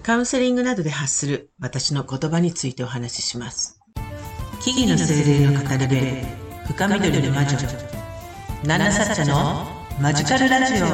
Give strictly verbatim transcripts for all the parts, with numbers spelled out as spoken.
カウンセリングなどで発する私の言葉についてお話しします。木々の精霊の語り部、深緑の魔女、ナナサッチャのマジカルラジオ。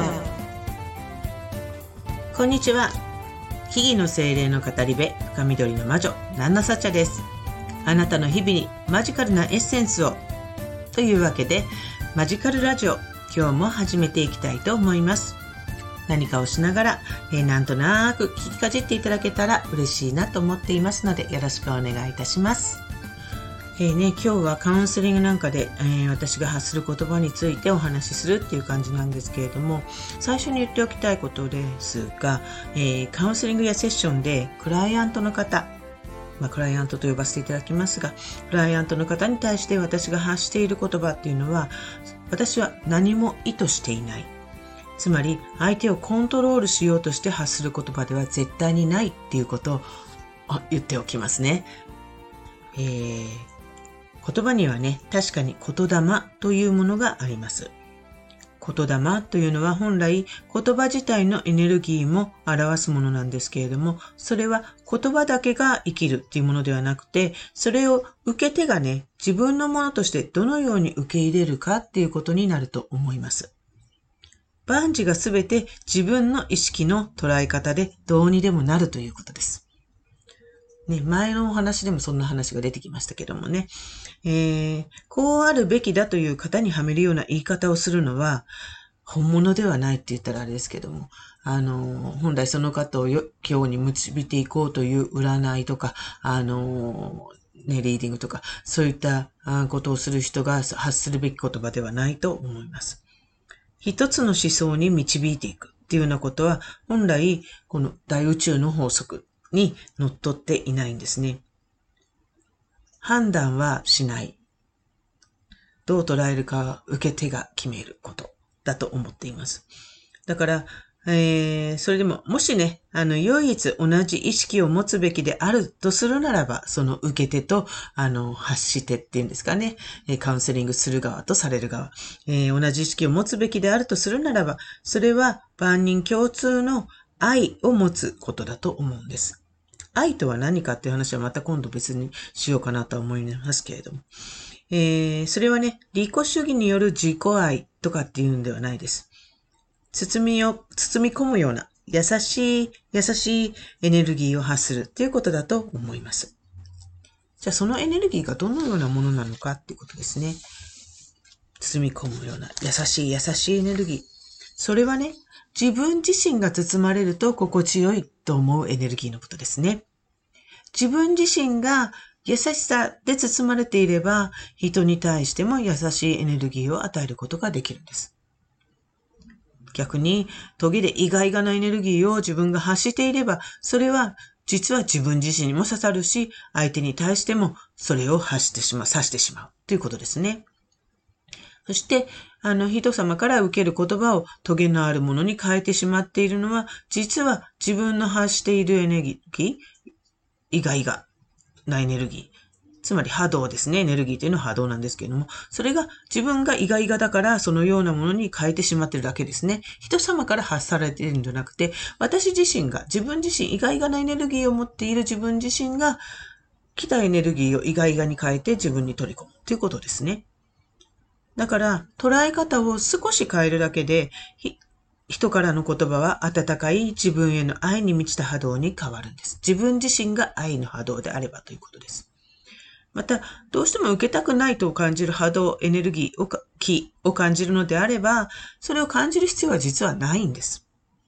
こんにちは。木々の精霊の語り部、深緑の魔女、ナナサッチャです。あなたの日々にマジカルなエッセンスを。というわけで、マジカルラジオ、今日も始めていきたいと思います。何かをしながら、えー、なんとなく聞きかじっていただけたら嬉しいなと思っていますので、よろしくお願いいたします。えーね、今日はカウンセリングなんかで、えー、私が発する言葉についてお話しするっていう感じなんですけれども、最初に言っておきたいことですが、えー、カウンセリングやセッションでクライアントの方、まあ、クライアントと呼ばせていただきますが、クライアントの方に対して私が発している言葉っていうのは、私は何も意図していない。つまり、相手をコントロールしようとして発する言葉では絶対にないっていうことを言っておきますね。えー、言葉にはね、確かに言霊というものがあります。言霊というのは本来言葉自体のエネルギーも表すものなんですけれども、それは言葉だけが生きるっていうものではなくて、それを受け手がね、自分のものとしてどのように受け入れるかっていうことになると思います。万事がすべて自分の意識の捉え方でどうにでもなるということです。ね、前のお話でもそんな話が出てきましたけどもね、えー、こうあるべきだという型にはめるような言い方をするのは本物ではないって言ったらあれですけども、あの、本来その方を今日に導いていこうという占いとか、あの、ね、リーディングとか、そういったことをする人が発するべき言葉ではないと思います。一つの思想に導いていくっていうようなことは、本来、この大宇宙の法則にのっとっていないんですね。判断はしない。どう捉えるかは受け手が決めることだと思っています。だから、えー、それでも、もしね、あの、唯一同じ意識を持つべきであるとするならば、その受け手と、あの、発し手っていうんですかね、カウンセリングする側とされる側、えー、同じ意識を持つべきであるとするならば、それは万人共通の愛を持つことだと思うんです。愛とは何かっていう話はまた今度別にしようかなとは思いますけれども、えー、それはね、利己主義による自己愛とかっていうんではないです。包みを、包み込むような優しい、優しいエネルギーを発するっていうことだと思います。じゃあそのエネルギーがどのようなものなのかっていうことですね。包み込むような優しい優しいエネルギー。それはね、自分自身が包まれると心地よいと思うエネルギーのことですね。自分自身が優しさで包まれていれば、人に対しても優しいエネルギーを与えることができるんです。逆に、トゲで意外がなエネルギーを自分が発していれば、それは実は自分自身にも刺さるし、相手に対してもそれを発してしまう、刺してしまうということですね。そして、あの、人様から受ける言葉をトゲのあるものに変えてしまっているのは、実は自分の発しているエネルギー、意外がなエネルギー。つまり波動ですね。エネルギーというのは波動なんですけれども、それが自分が意外がだからそのようなものに変えてしまっているだけですね。人様から発されているんじゃなくて、私自身が、自分自身意外がなエネルギーを持っている自分自身が、来たエネルギーを意外がに変えて自分に取り込むということですね。だから、捉え方を少し変えるだけで、人からの言葉は温かい自分への愛に満ちた波動に変わるんです。自分自身が愛の波動であればということです。また、どうしても受けたくないと感じる波動、エネルギーを、気を感じるのであれば、それを感じる必要は実はないんです。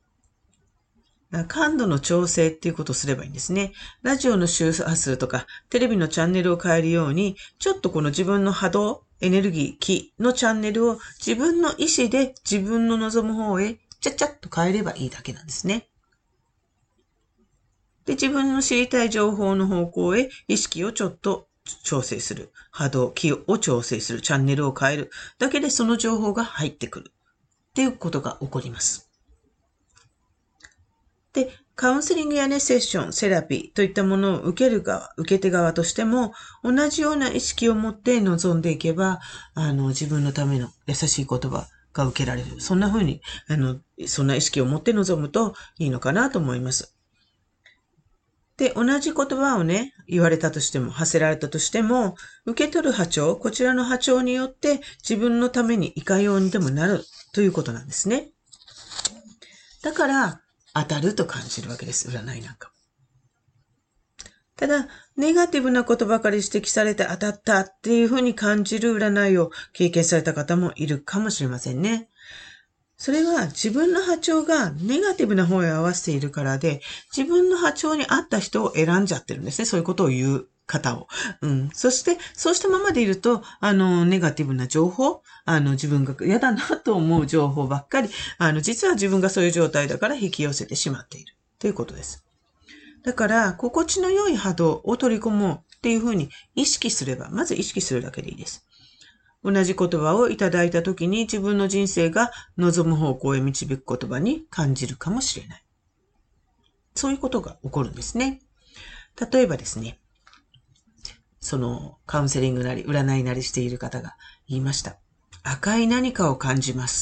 感度の調整っていうことをすればいいんですね。ラジオの周波数とか、テレビのチャンネルを変えるように、ちょっとこの自分の波動、エネルギー、気のチャンネルを自分の意思で自分の望む方へ、ちゃっちゃっと変えればいいだけなんですね。で、自分の知りたい情報の方向へ意識をちょっと調整する。波動、気を調整する。チャンネルを変える。だけでその情報が入ってくる。っていうことが起こります。で、カウンセリングやね、セッション、セラピーといったものを受ける側、受け手側としても、同じような意識を持って臨んでいけば、あの、自分のための優しい言葉が受けられる。そんな風に、あの、そんな意識を持って臨むといいのかなと思います。 で、同じ言葉をね、言われたとしても、発せられたとしても、受け取る波長、こちらの波長によって自分のためにいかようにでもなるということなんですね。だから、当たると感じるわけです、占いなんか。ただ、ネガティブなことばかり指摘されて当たったっていうふうに感じる占いを経験された方もいるかもしれませんね。それは自分の波長がネガティブな方へ合わせているからで、自分の波長に合った人を選んじゃってるんですね。そういうことを言う方を。うん。そして、そうしたままでいると、あの、ネガティブな情報、あの、自分が嫌だなと思う情報ばっかり、あの、実は自分がそういう状態だから引き寄せてしまっている。ということです。だから、心地の良い波動を取り込もうっていうふうに意識すれば、まず意識するだけでいいです。同じ言葉をいただいたときに自分の人生が望む方向へ導く言葉に感じるかもしれない。そういうことが起こるんですね。例えばですね、そのカウンセリングなり占いなりしている方が言いました。赤い何かを感じます。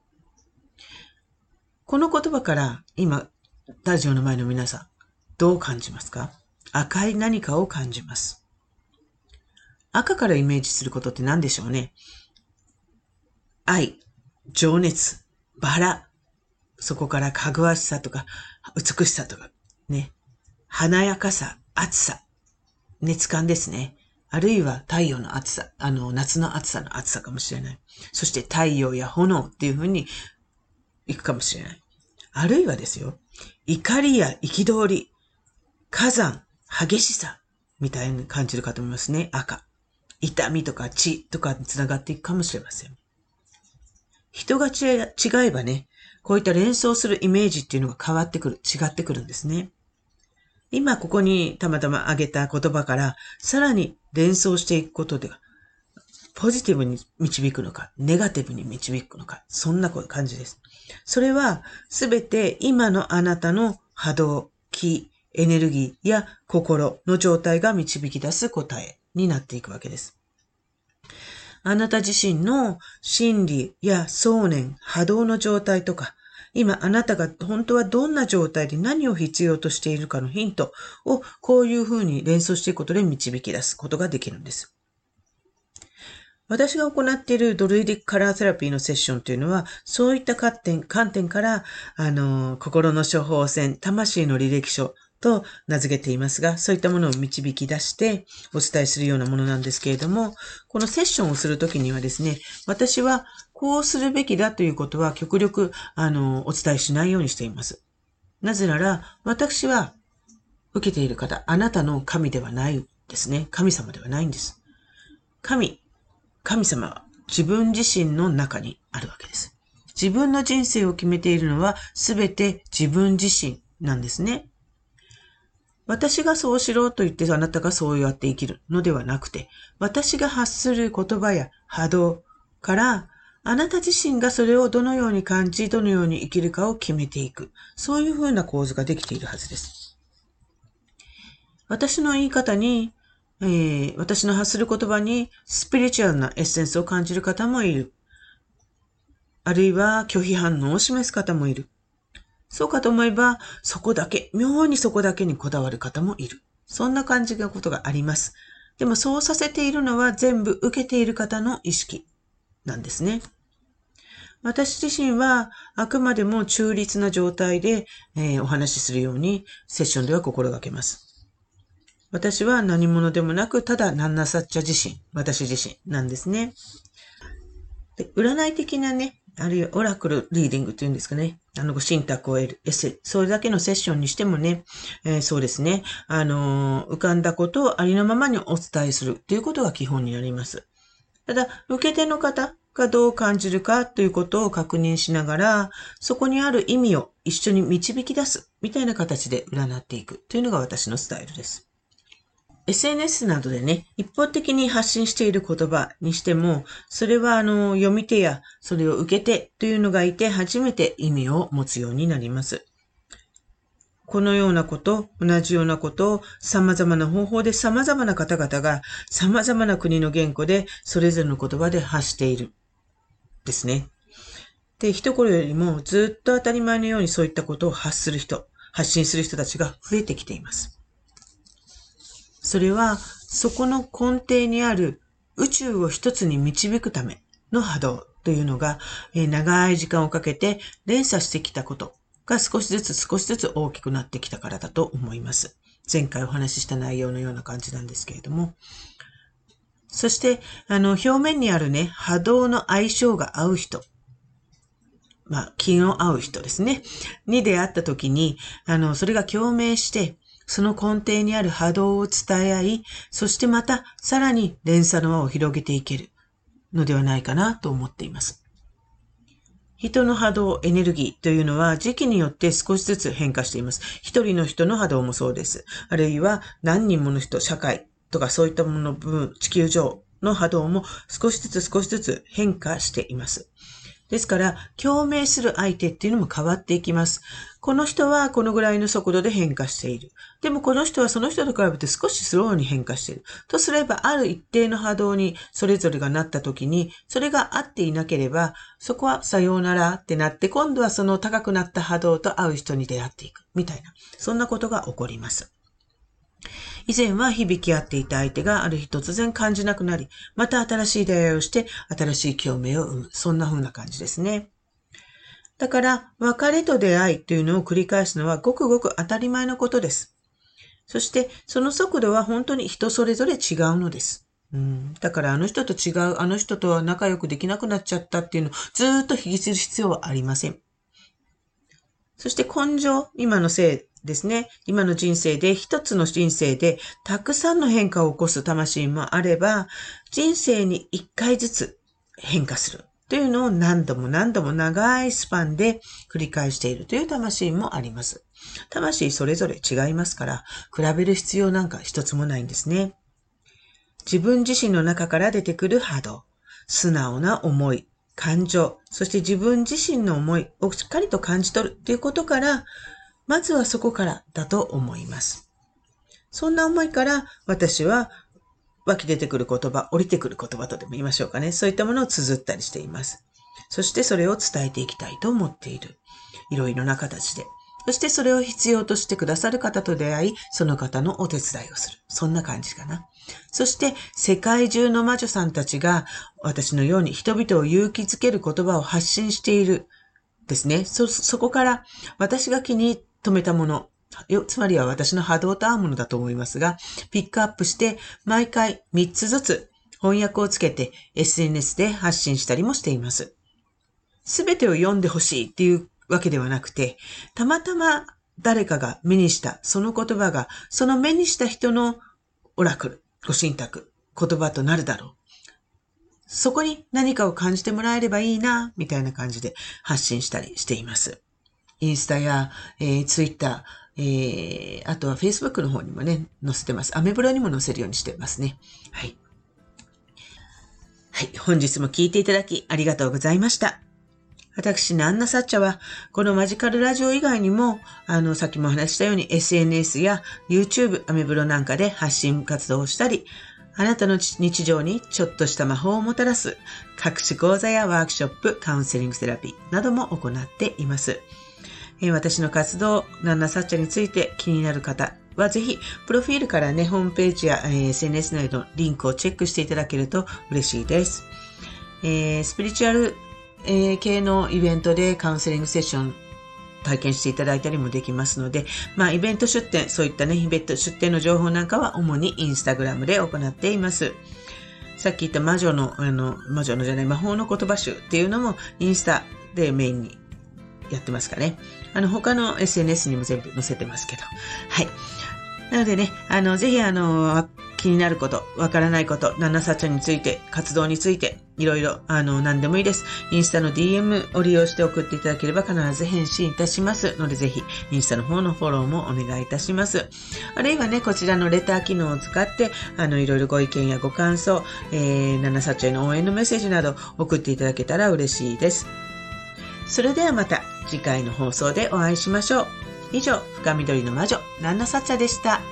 この言葉から今、ラジオの前の皆さん、どう感じますか？赤い何かを感じます。赤からイメージすることって何でしょうね。愛、情熱、バラ、そこからかぐわしさとか、美しさとか、ね。華やかさ、暑さ、熱感ですね。あるいは太陽の暑さ、あの、夏の暑さの暑さかもしれない。そして太陽や炎っていう風に行くかもしれない。あるいはですよ、怒りや憤り、火山、激しさ、みたいに感じる方もいますね。赤。痛みとか血とかにつながっていくかもしれません。人が違えばね、こういった連想するイメージっていうのが変わってくる、違ってくるんですね。今ここにたまたま挙げた言葉からさらに連想していくことで、ポジティブに導くのか、ネガティブに導くのか、そんな感じです。それはすべて今のあなたの波動、気、エネルギーや心の状態が導き出す答えになっていくわけです。あなた自身の心理や想念、波動の状態とか、今あなたが本当はどんな状態で何を必要としているかのヒントをこういうふうに連想していくことで導き出すことができるんです。私が行っているドルイディックカラーセラピーのセッションというのは、そういった観点、観点から、あの、心の処方箋、魂の履歴書と名付けていますが、そういったものを導き出してお伝えするようなものなんですけれども、このセッションをするときにはですね、私はこうするべきだということは極力、あの、お伝えしないようにしています。なぜなら、私は受けている方、あなたの神ではないですね。神様ではないんです。神、神様は自分自身の中にあるわけです。自分の人生を決めているのはすべて自分自身なんですね。私がそうしろと言ってあなたがそうやって生きるのではなくて、私が発する言葉や波動からあなた自身がそれをどのように感じ、どのように生きるかを決めていく。そういうふうな構図ができているはずです。私の言い方にえー、私の発する言葉にスピリチュアルなエッセンスを感じる方もいる。あるいは拒否反応を示す方もいる。そうかと思えば、そこだけ、妙にそこだけにこだわる方もいる。そんな感じのことがあります。でもそうさせているのは全部受けている方の意識なんですね。私自身はあくまでも中立な状態で、えー、お話しするようにセッションでは心がけます。私は何者でもなく、ただナンナサッチャ自身、私自身なんですね。で、占い的なね、あるいはオラクルリーディングというんですかね。あの、ご神託を得るエッセイ。それだけのセッションにしてもね、えー、そうですね。あのー、浮かんだことをありのままにお伝えするということが基本になります。ただ、受け手の方がどう感じるかということを確認しながら、そこにある意味を一緒に導き出すみたいな形で占っていくというのが私のスタイルです。エスエヌエス などでね、一方的に発信している言葉にしても、それはあの、読み手やそれを受け手というのがいて初めて意味を持つようになります。このようなこと、同じようなことを様々な方法で様々な方々が様々な国の言語でそれぞれの言葉で発している。ですね。で、一頃よりもずっと当たり前のようにそういったことを発する人、発信する人たちが増えてきています。 それはそこの根底にある宇宙を一つに導くための波動というのが、えー、長い時間をかけて連鎖してきたことが少しずつ少しずつ大きくなってきたからだと思います。前回お話しした内容のような感じなんですけれども。そして、あの、表面にあるね、波動の相性が合う人。まあ、気の合う人ですね。に出会った時に、あの、それが共鳴して、その根底にある波動を伝え合い、そしてまたさらに連鎖の輪を広げていけるのではないかなと思っています。人の波動、エネルギーというのは時期によって少しずつ変化しています。一人の人の波動もそうです。あるいは何人もの人、社会とかそういったものの部分、地球上の波動も少しずつ少しずつ変化しています。ですから、共鳴する相手っていうのも変わっていきます。この人はこのぐらいの速度で変化している。でもこの人はその人と比べて少しスローに変化している。とすれば、ある一定の波動にそれぞれがなった時に、それが合っていなければ、そこはさようならってなって、今度はその高くなった波動と合う人に出会っていく。みたいな。そんなことが起こります。以前は響き合っていた相手がある日突然感じなくなり、また新しい出会いをして、新しい共鳴を生む。そんな風な感じですね。だから、別れと出会いというのを繰り返すのはごくごく当たり前のことです。そして、その速度は本当に人それぞれ違うのです。うん、だから、あの人と違う、あの人とは仲良くできなくなっちゃったっていうのをずーっと引きずる必要はありません。そして根性、今のせいですね。今の人生で、一つの人生で、たくさんの変化を起こす魂もあれば、人生に一回ずつ変化するというのを何度も何度も長いスパンで繰り返しているという魂もあります。魂それぞれ違いますから、比べる必要なんか一つもないんですね。自分自身の中から出てくる波動、素直な思い、感情、そして自分自身の思いをしっかりと感じ取るということから、まずはそこからだと思います。そんな思いから私は湧き出てくる言葉、降りてくる言葉とでも言いましょうかね。そういったものを綴ったりしています。そしてそれを伝えていきたいと思っている。いろいろな形で。そしてそれを必要としてくださる方と出会い、その方のお手伝いをする。そんな感じかな。そして世界中の魔女さんたちが私のように人々を勇気づける言葉を発信しているですね。そ、そこから私が気に留めたもの、つまりは私の波動と合うものだと思いますが、ピックアップして毎回みっつずつ翻訳をつけて エスエヌエス で発信したりもしています。すべてを読んでほしいっていうわけではなくて、たまたま誰かが目にしたその言葉が、その目にした人のオラクル、ご神託、言葉となるだろう。そこに何かを感じてもらえればいいな、みたいな感じで発信したりしています。インスタや、えー、ツイッター、えー、あとはフェイスブックの方にもね、載せてます。アメブロにも載せるようにしてますね。はい。はい。本日も聞いていただきありがとうございました。私、ナンナサッチャは、このマジカルラジオ以外にも、あの、さっきもお話したように エスエヌエス や YouTube、アメブロなんかで発信活動をしたり、あなたの日常にちょっとした魔法をもたらす、隠し講座やワークショップ、カウンセリングセラピーなども行っています。えー、私の活動、ナンナサッチャについて気になる方はぜひ、プロフィールからね、ホームページや、えー、エスエヌエス 内のリンクをチェックしていただけると嬉しいです。えー、スピリチュアル、えー、系のイベントでカウンセリングセッション体験していただいたりもできますので、まあイベント出店、そういったね、イベント出店の情報なんかは主にインスタグラムで行っています。さっき言った魔女の、あの、魔女のじゃない、魔法の言葉集っていうのもインスタでメインにやってますかね。あの、他の エスエヌエス にも全部載せてますけど。はい。なのでね、あの、ぜひあの、気になること、わからないこと、ナンナサッチャについて、活動について、いろいろ、あの、何でもいいです。インスタの ディーエム を利用して送っていただければ必ず返信いたしますので、ぜひ、インスタの方のフォローもお願いいたします。あるいはね、こちらのレター機能を使って、あの、いろいろご意見やご感想、えー、ナンナサッチャへの応援のメッセージなど送っていただけたら嬉しいです。それではまた次回の放送でお会いしましょう。以上、深緑の魔女、ナンナサッチャでした。